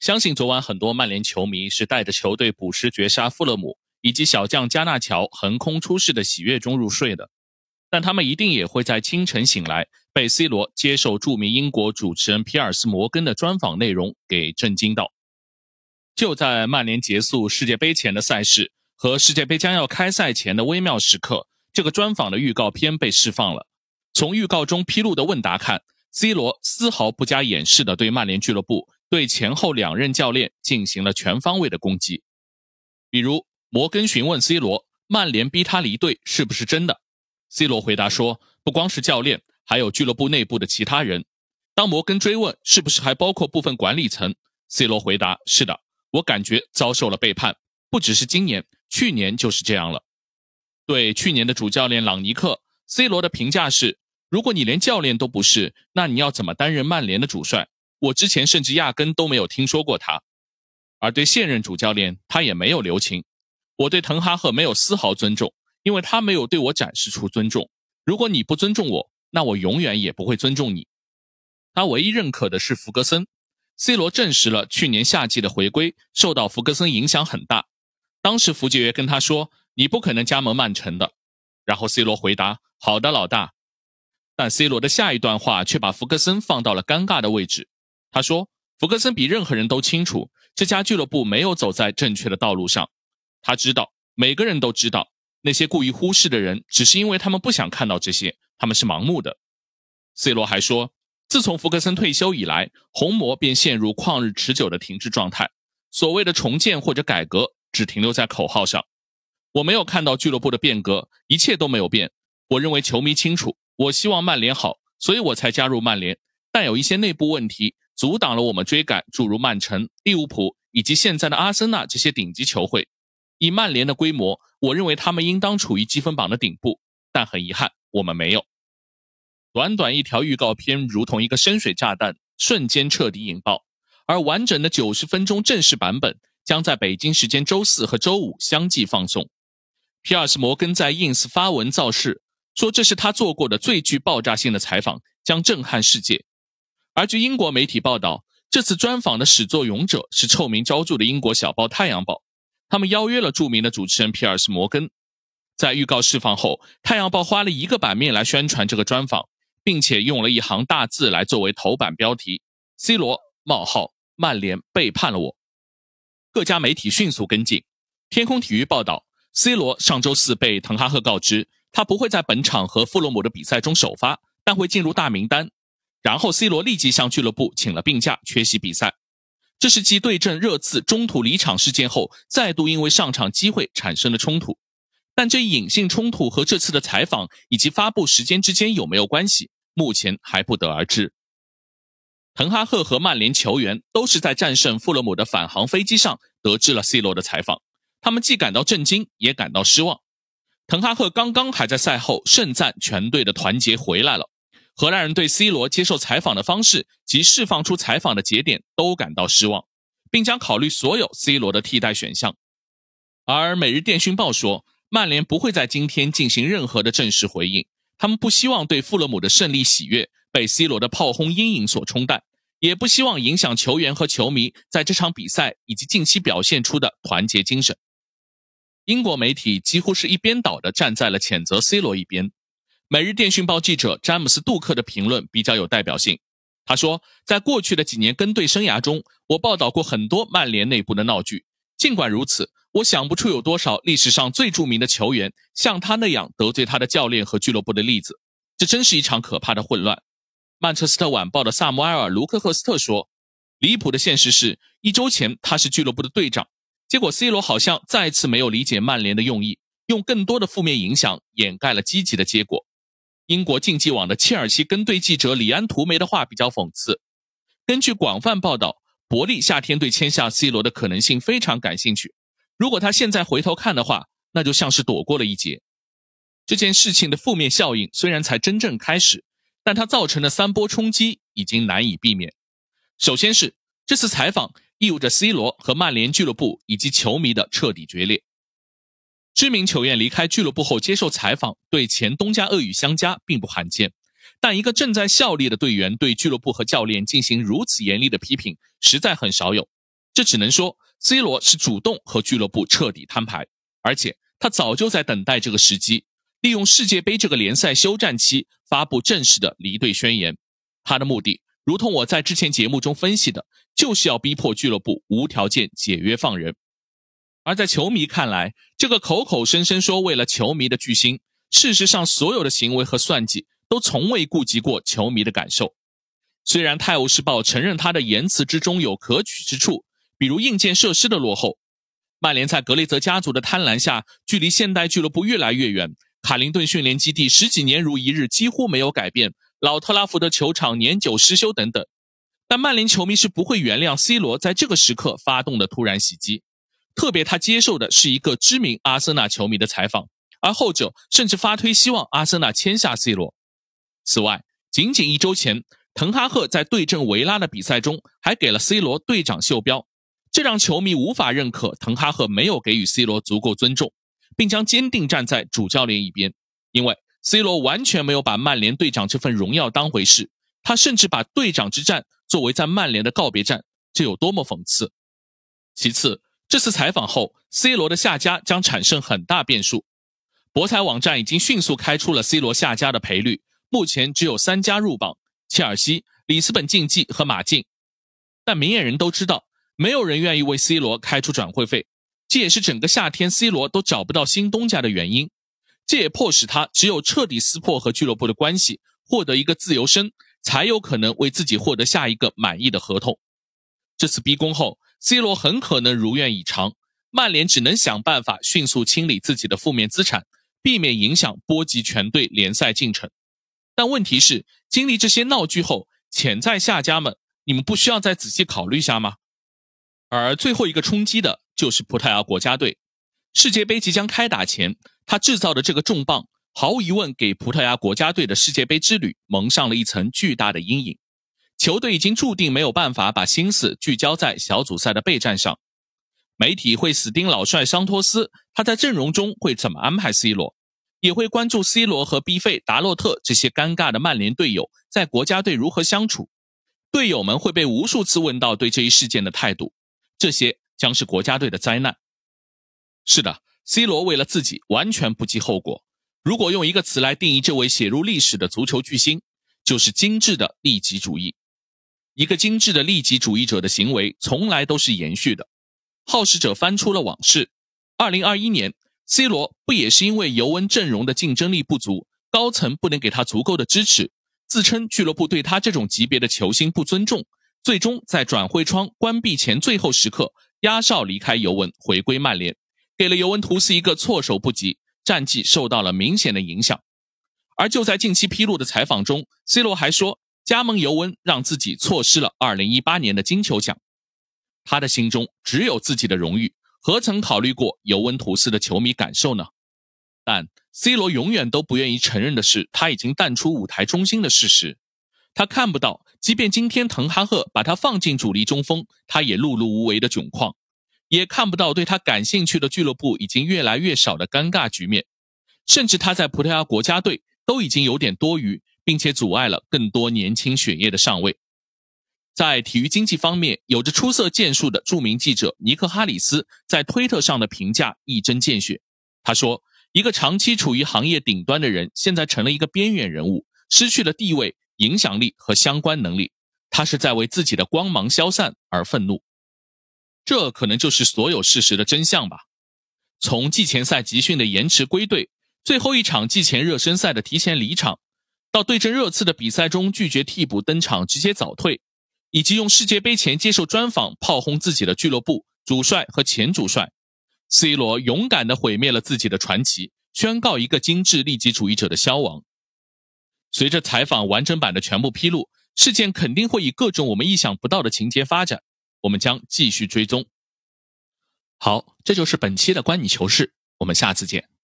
相信昨晚很多曼联球迷是带着球队补时绝杀富勒姆以及小将加纳乔横空出世的喜悦中入睡的，但他们一定也会在清晨醒来，被 C 罗接受著名英国主持人皮尔斯摩根的专访内容给震惊到。就在曼联结束世界杯前的赛事和世界杯将要开赛前的微妙时刻，这个专访的预告片被释放了。从预告中披露的问答看， C 罗丝毫不加掩饰地对曼联俱乐部对前后两任教练进行了全方位的攻击。比如摩根询问 C 罗，曼联逼他离队是不是真的？ C 罗回答说，不光是教练，还有俱乐部内部的其他人。当摩根追问是不是还包括部分管理层， C 罗回答，是的，我感觉遭受了背叛，不只是今年，去年就是这样了。对去年的主教练朗尼克， C 罗的评价是，如果你连教练都不是，那你要怎么担任曼联的主帅？我之前甚至压根都没有听说过他。而对现任主教练，他也没有留情。我对滕哈赫没有丝毫尊重，因为他没有对我展示出尊重。如果你不尊重我，那我永远也不会尊重你。他唯一认可的是弗格森。 C 罗证实了去年夏季的回归受到弗格森影响很大。当时福杰约跟他说，你不可能加盟曼城的。然后 C 罗回答，好的老大。但 C 罗的下一段话却把弗格森放到了尴尬的位置。他说，弗格森比任何人都清楚，这家俱乐部没有走在正确的道路上。他知道，每个人都知道，那些故意忽视的人只是因为他们不想看到这些，他们是盲目的。 C 罗还说，自从弗格森退休以来，红魔便陷入旷日持久的停滞状态，所谓的重建或者改革只停留在口号上。我没有看到俱乐部的变革，一切都没有变。我认为球迷清楚，我希望曼联好，所以我才加入曼联，但有一些内部问题阻挡了我们追赶诸如曼城、利物浦以及现在的阿森纳这些顶级球会。以曼联的规模，我认为他们应当处于积分榜的顶部，但很遗憾，我们没有。短短一条预告片如同一个深水炸弹，瞬间彻底引爆，而完整的90分钟正式版本将在北京时间周4和周5相继放送。皮尔斯摩根在 ins 发文造势，说这是他做过的最具爆炸性的采访，将震撼世界。而据英国媒体报道，这次专访的始作俑者是臭名昭著的英国小报《太阳报》，他们邀约了著名的主持人皮尔斯摩根。在预告释放后，《太阳报》花了1个版面来宣传这个专访，并且用了一行大字来作为头版标题 ：C 罗：曼联背叛了我。各家媒体迅速跟进。天空体育报道， C 罗上周4被滕哈赫告知，他不会在本场和富勒姆的比赛中首发，但会进入大名单。然后 C 罗立即向俱乐部请了病假，缺席比赛。这是继对阵热刺中途离场事件后，再度因为上场机会产生了冲突。但这一隐性冲突和这次的采访以及发布时间之间有没有关系，目前还不得而知。滕哈赫和曼联球员都是在战胜富勒姆的返航飞机上得知了 C 罗的采访，他们既感到震惊，也感到失望。滕哈赫刚刚还在赛后盛赞全队的团结回来了，荷兰人对 C 罗接受采访的方式及释放出采访的节点都感到失望，并将考虑所有 C 罗的替代选项。而每日电讯报说，曼联不会在今天进行任何的正式回应，他们不希望对富勒姆的胜利喜悦被 C 罗的炮轰阴影所冲淡，也不希望影响球员和球迷在这场比赛以及近期表现出的团结精神。英国媒体几乎是一边倒地站在了谴责 C 罗一边。每日电讯报记者詹姆斯·杜克的评论比较有代表性。他说，在过去的几年跟队生涯中，我报道过很多曼联内部的闹剧，尽管如此，我想不出有多少历史上最著名的球员像他那样得罪他的教练和俱乐部的例子。这真是一场可怕的混乱。曼彻斯特晚报的萨穆埃尔·卢克赫斯特说，离谱的现实是，1周前他是俱乐部的队长，结果 C 罗好像再次没有理解曼联的用意，用更多的负面影响掩盖了积极的结果。英国竞技网的切尔西跟队记者里安·图梅的话比较讽刺。根据广泛报道，伯利夏天对签下 C 罗的可能性非常感兴趣，如果他现在回头看的话，那就像是躲过了一劫。这件事情的负面效应虽然才真正开始，但它造成的3波冲击已经难以避免。首先是这次采访意味着 C 罗和曼联俱乐部以及球迷的彻底决裂。知名球员离开俱乐部后接受采访，对前东家恶语相加并不罕见，但一个正在效力的队员对俱乐部和教练进行如此严厉的批评，实在很少有。 这只能说 C 罗是主动和俱乐部彻底摊牌，而且他早就在等待这个时机，利用世界杯这个联赛休战期发布正式的离队宣言。他的目的，如同我在之前节目中分析的，就是要逼迫俱乐部无条件解约放人。而在球迷看来，这个口口声声说为了球迷的巨星，事实上所有的行为和算计都从未顾及过球迷的感受。虽然《泰晤士报》承认他的言辞之中有可取之处，比如硬件设施的落后，曼联在格雷泽家族的贪婪下，距离现代俱乐部越来越远，卡林顿训练基地10几年如一日几乎没有改变，老特拉福德球场年久失修等等。但曼联球迷是不会原谅 C 罗在这个时刻发动的突然袭击，特别他接受的是一个知名阿森纳球迷的采访，而后者甚至发推希望阿森纳签下 C 罗。此外，仅仅1周前，滕哈赫在对阵维拉的比赛中还给了 C 罗队长袖标，这让球迷无法认可滕哈赫没有给予 C 罗足够尊重，并将坚定站在主教练一边，因为 C 罗完全没有把曼联队长这份荣耀当回事，他甚至把队长之战作为在曼联的告别战，这有多么讽刺。其次，这次采访后 C 罗的下家将产生很大变数，博彩网站已经迅速开出了 C 罗下家的赔率，目前只有3家入榜，切尔西、里斯本竞技和马竞。但明眼人都知道，没有人愿意为 C 罗开出转会费，这也是整个夏天 C 罗都找不到新东家的原因。这也迫使他只有彻底撕破和俱乐部的关系，获得一个自由身，才有可能为自己获得下一个满意的合同。这次逼宫后， C 罗很可能如愿以偿，曼联只能想办法迅速清理自己的负面资产，避免影响波及全队联赛进程。但问题是，经历这些闹剧后，潜在下家们，你们不需要再仔细考虑下吗？而最后一个冲击的就是葡萄牙国家队。世界杯即将开打前，他制造的这个重磅，毫无疑问给葡萄牙国家队的世界杯之旅蒙上了一层巨大的阴影。球队已经注定没有办法把心思聚焦在小组赛的备战上。媒体会死盯老帅桑托斯，他在阵容中会怎么安排 C 罗，也会关注 C 罗和 B 费、达洛特这些尴尬的曼联队友在国家队如何相处。队友们会被无数次问到对这一事件的态度，这些将是国家队的灾难。是的， C 罗为了自己完全不计后果。如果用一个词来定义这位写入历史的足球巨星，就是精致的利己主义。一个精致的利己主义者的行为从来都是延续的。好事者翻出了往事，2021年 C 罗不也是因为尤文阵容的竞争力不足，高层不能给他足够的支持，自称俱乐部对他这种级别的球星不尊重，最终在转会窗关闭前最后时刻压哨离开尤文，回归曼联，给了尤文图斯一个措手不及，战绩受到了明显的影响。而就在近期披露的采访中， C 罗还说加盟尤文让自己错失了2018年的金球奖。他的心中只有自己的荣誉，何曾考虑过尤文图斯的球迷感受呢？但 C 罗永远都不愿意承认的是，他已经淡出舞台中心的事实。他看不到，即便今天滕哈赫把他放进主力中锋，他也碌碌无为的窘况，也看不到对他感兴趣的俱乐部已经越来越少的尴尬局面，甚至他在葡萄牙国家队都已经有点多余，并且阻碍了更多年轻血液的上位。在体育经济方面有着出色建树的著名记者尼克哈里斯在推特上的评价一针见血。他说，一个长期处于行业顶端的人现在成了一个边缘人物，失去了地位、影响力和相关能力，他是在为自己的光芒消散而愤怒。这可能就是所有事实的真相吧。从季前赛集训的延迟归队，最后一场季前热身赛的提前离场，到对阵热刺的比赛中拒绝替补登场直接早退，以及用世界杯前接受专访炮轰自己的俱乐部、主帅和前主帅， C 罗勇敢地毁灭了自己的传奇，宣告一个精致利己主义者的消亡。随着采访完整版的全部披露，事件肯定会以各种我们意想不到的情节发展，我们将继续追踪。好，这就是本期的观你球事，我们下次见。